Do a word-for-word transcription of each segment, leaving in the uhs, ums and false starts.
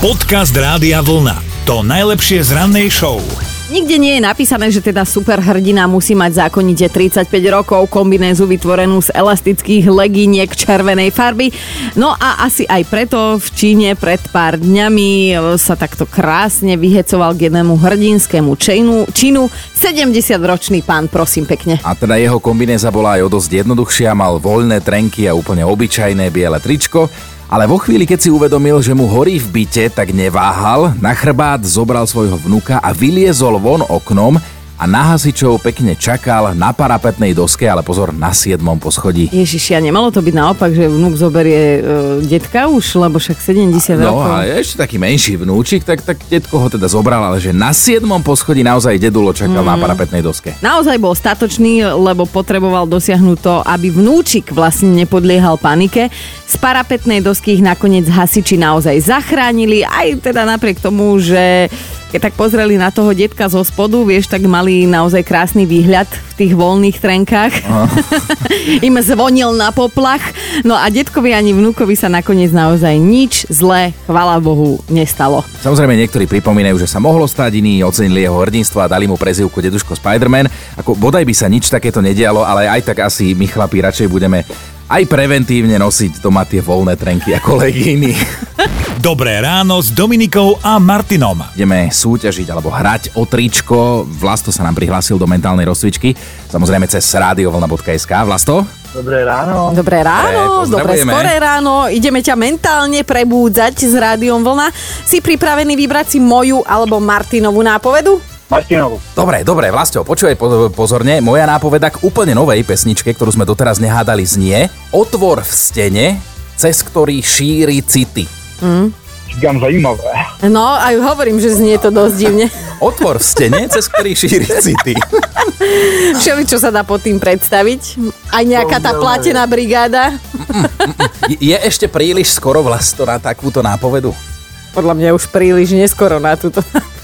Podcast Rádia Vlna. To najlepšie z rannej show. Nikde nie je napísané, že teda superhrdina musí mať zákonite tridsaťpäť rokov, kombinézu vytvorenú z elastických legíniek červenej farby. No a asi aj preto v Číne pred pár dňami sa takto krásne vyhecoval k jednému hrdinskému činu, činu sedemdesiatročný pán, prosím pekne. A teda jeho kombinéza bola aj o dosť jednoduchšia, mal voľné trenky a úplne obyčajné biele tričko. Ale vo chvíli, keď si uvedomil, že mu horí v byte, tak neváhal, na chrbát zobral svojho vnuka a vyliezol von oknom a na hasičov pekne čakal na parapetnej doske, ale pozor, na siedmom poschodí. Ježišia, nemalo to byť naopak, že vnuk zoberie e, detka už, lebo však sedemdesiat no, rokov. No, ale ešte taký menší vnúčik, tak, tak detko ho teda zobral, ale že na siedmom poschodí naozaj dedulo čakal mm. na parapetnej doske. Naozaj bol statočný, lebo potreboval dosiahnuť to, aby vnúčik vlastne nepodliehal panike. Z parapetnej dosky ich nakoniec hasiči naozaj zachránili, aj teda napriek tomu, že keď tak pozreli na toho detka zo spodu, vieš, tak mali naozaj krásny výhľad v tých voľných trenkách. Oh. Im zvonil na poplach. No a detkovi ani vnúkovi sa nakoniec naozaj nič zlé, chvála Bohu, nestalo. Samozrejme, niektorí pripomínajú, že sa mohlo stať, iní ocenili jeho hrdinstvo a dali mu prezývku Deduško Spider-Man. Ako bodaj by sa nič takéto nedialo, ale aj tak asi my chlapi radšej budeme aj preventívne nosiť doma tie voľné trenky ako legíny. Dobré ráno s Dominikou a Martinom. Ideme súťažiť alebo hrať o tričko. Vlasto sa nám prihlásil do mentálnej rozcvičky. Samozrejme cez radiovlna bodka es ká. Vlasto? Dobré ráno. Dobré ráno, dobré skoré ráno. Ideme ťa mentálne prebúdzať s Rádiom Vlna. Si pripravený vybrať si moju alebo Martinovú nápovedu? Martinovu. Dobre, dobre, Vlasto, počúvaj pozorne. Moja nápoveda k úplne novej pesničke, ktorú sme doteraz nehádali, znie: Otvor v stene, cez ktorý šíri city. Mm. Číkam zajímavé. No, aj hovorím, že znie to dosť divne. Otvor v stene, cez ktorý šíri city. Všeli, čo sa dá pod tým predstaviť? Aj nejaká tá platená brigáda? Je ešte príliš skoro, Vlasto, na takúto nápovedu? Podľa mňa už príliš neskoro na túto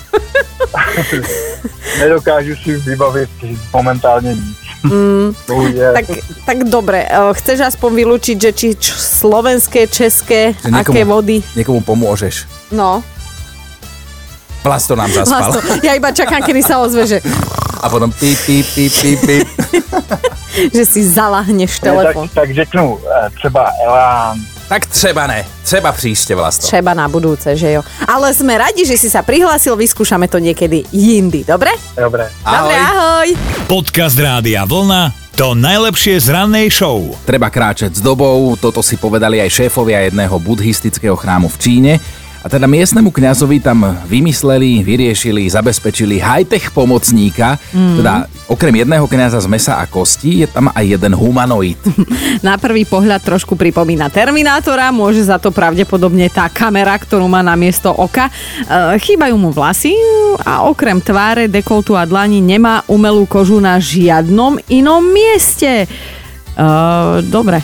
Nedokážu si vybaviť momentálne nič. Mm, tak, tak dobre, chceš aspoň vylúčiť, že či č- slovenské, české, že niekomu, aké vody? Niekomu pomôžeš. No. Vlasto nám zaspal. Vlasto, ja iba čakám, kedy sa ozve, že... A potom píp, píp, píp, píp, píp. Že si zalahneš telefon. Tak, tak řeknu, třeba Elán. Tak třeba ne. Třeba příště, Vlasto. Třeba na budúce, že jo. Ale sme radi, že si sa prihlásil, vyskúšame to niekedy jindy, dobre? Dobre. Ahoj. Dobre, ahoj. Podcast Rádia Vlna. To najlepšie z rannej show. Treba kráčať s dobou, toto si povedali aj šéfovia jedného buddhistického chrámu v Číne. A teda miestnemu kňazovi tam vymysleli, vyriešili, zabezpečili high-tech pomocníka. Mm. Teda okrem jedného kňaza z mesa a kostí je tam aj jeden humanoid. Na prvý pohľad trošku pripomína Terminátora, môže za to pravdepodobne tá kamera, ktorú má namiesto oka. E, chýbajú mu vlasy a okrem tváre, dekoltu a dlani nemá umelú kožu na žiadnom inom mieste. Uh, dobre.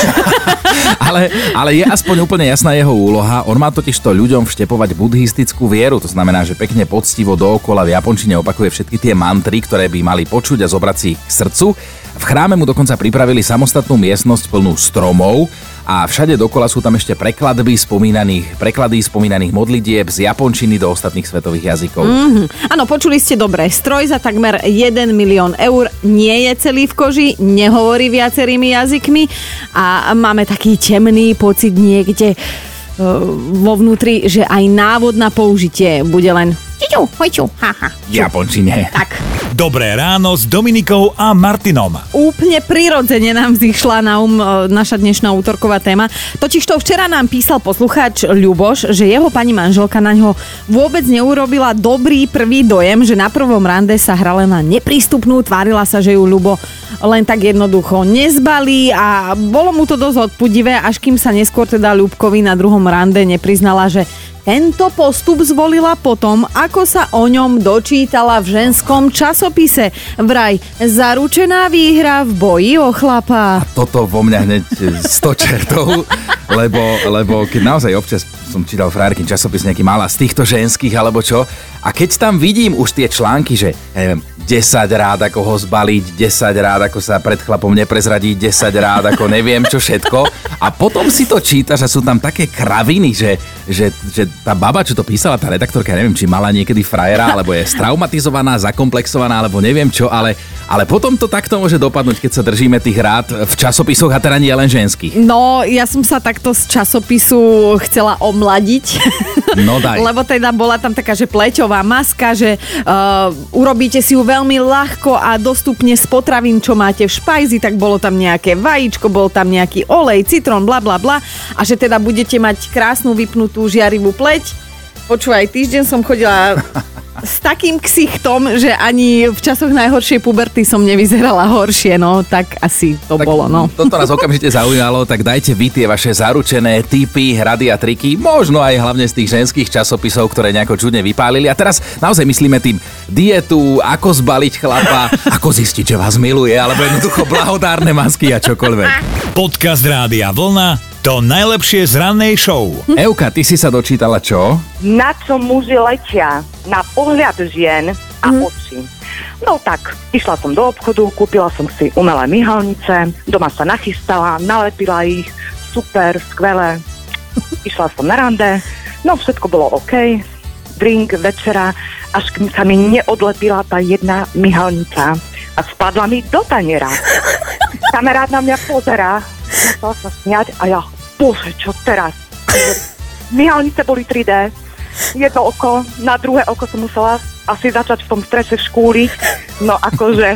ale, ale je aspoň úplne jasná jeho úloha. On má totižto ľuďom vštepovať buddhistickú vieru. To znamená, že pekne poctivo dookola v japončine opakuje všetky tie mantry, ktoré by mali počuť a zobrať si ich k srdcu. V chráme mu dokonca pripravili samostatnú miestnosť plnú stromov a všade dokola sú tam ešte prekladby spomínaných, preklady spomínaných modlitieb z japončiny do ostatných svetových jazykov. Mm-hmm. Áno, počuli ste dobre. Stroj za takmer jeden milión eur nie je celý v koži, nehovorí viacerými jazykmi a máme taký temný pocit niekde uh, vo vnútri, že aj návod na použitie bude len čiču, hojču, haha. V japončine. Tak. Dobré ráno s Dominikou a Martinom. Úplne prirodzene nám zišla na um naša dnešná útorková téma. Totižto včera nám písal poslucháč Ľuboš, že jeho pani manželka na ňo vôbec neurobila dobrý prvý dojem, že na prvom rande sa hrala na neprístupnú, tvárila sa, že ju Ľubo len tak jednoducho nezbalí a bolo mu to dosť odpudivé, až kým sa neskôr teda Ľubkovi na druhom rande nepriznala, že tento postup zvolila potom, ako sa o ňom dočítala v ženskom časopise. Vraj, zaručená výhra v boji o chlapa. A toto vo mňa hneď sto čertov, lebo, lebo keď naozaj občas som čítal frajerky časopis nejaký malá z týchto ženských alebo čo, a keď tam vidím už tie články, že ja neviem, desať rád, ako ho zbaliť, desať rád, ako sa pred chlapom neprezradiť, desať rád, ako neviem čo všetko. A potom si to čítaš a sú tam také kraviny, že, že, že tá baba, čo to písala, tá redaktorka, neviem, či mala niekedy frajera, alebo je straumatizovaná, zakomplexovaná, alebo neviem čo, ale, ale potom to takto môže dopadnúť, keď sa držíme tých rád v časopisoch a teda nie len ženských. No, ja som sa takto z časopisu chcela omladiť. No daj. Lebo teda bola tam taká, že pleťová maska, že uh, urobíte si ju veľmi ľahko a dostupne z potravín, čo máte v špajzi, tak bolo tam nejaké vajíčko, bol tam nejaký olej, citrón, bla bla bla a že teda budete mať krásnu vypnutú žiarivú pleť. Počúvaj, týždeň som chodila s takým ksichtom, že ani v časoch najhoršej puberty som nevyzerala horšie, no tak asi to tak bolo, no. Toto nás okamžite zaujalo, tak dajte vy tie vaše zaručené tipy, hrady a triky, možno aj hlavne z tých ženských časopisov, ktoré nejako čudne vypálili. A teraz naozaj myslíme tým dietu, ako zbaliť chlapa, ako zistiť, že vás miluje, alebo jednoducho blahodárne masky a čokoľvek. Podcast Rádia Vlna, to najlepšie z rannej show. Euka, ty si sa dočítala čo? Na čo muži letia? Na pohľad žien a Mhm. oči. No tak, išla som do obchodu, kúpila som si umelé myhalnice, doma sa nachystala, nalepila ich, super, skvelé. Išla som na rande, no všetko bolo OK, drink, večera, až kým sa mi neodlepila tá jedna myhalnica a spadla mi do taniera. Kamarát na mňa pozerá, musela sa smiať a ja, bože, čo teraz? Myhalnice boli tri dé, jedno oko, na druhé oko som musela asi začať v tom strese škúliť, no akože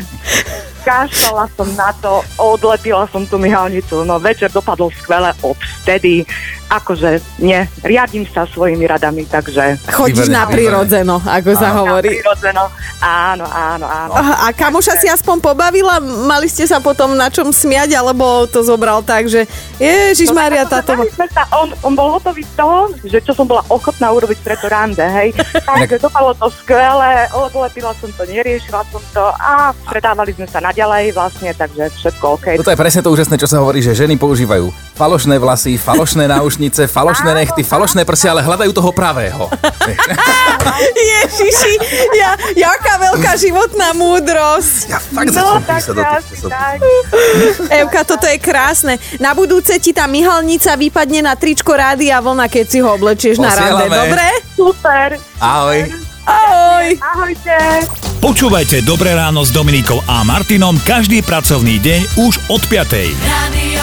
kašľala som na to, odlepila som tú myhalnicu, no večer dopadol skvele, odvtedy, akože nie, riadím sa svojimi radami, takže... Chodíš na prirodzeno, ako sa hovorí. Prirodzeno, áno, áno, áno. A, a kamoša si aspoň pobavila? Mali ste sa potom na čom smiať, alebo to zobral tak, že Ježišmária, táto... Sa, on, on bol hotový z toho, že čo som bola ochotná urobiť pre to rande, hej. Takže dopadlo to skvelé, odlepila som to, neriešila som to a stretávali sme sa naďalej vlastne, takže všetko OK. Toto je presne to úžasné, čo sa hovorí, že ženy používajú falošné vlasy, falošné náušnice, falošné nechty, falošné prsia, ale hľadajú toho pravého. Ježiši, ja, jaká veľká životná múdrosť. Ja fakt No, začnem tak písať do asi týchto tak. Evka, toto je krásne. Na budúce ti tá myhalnica vypadne na tričko Rádia Vlna, keď si ho oblečieš na rande, Posielame. dobre? Super. Ahoj. Ahoj. Ahojte. Počúvajte Dobré ráno s Dominikou a Martinom každý pracovný deň už od piatej. Radio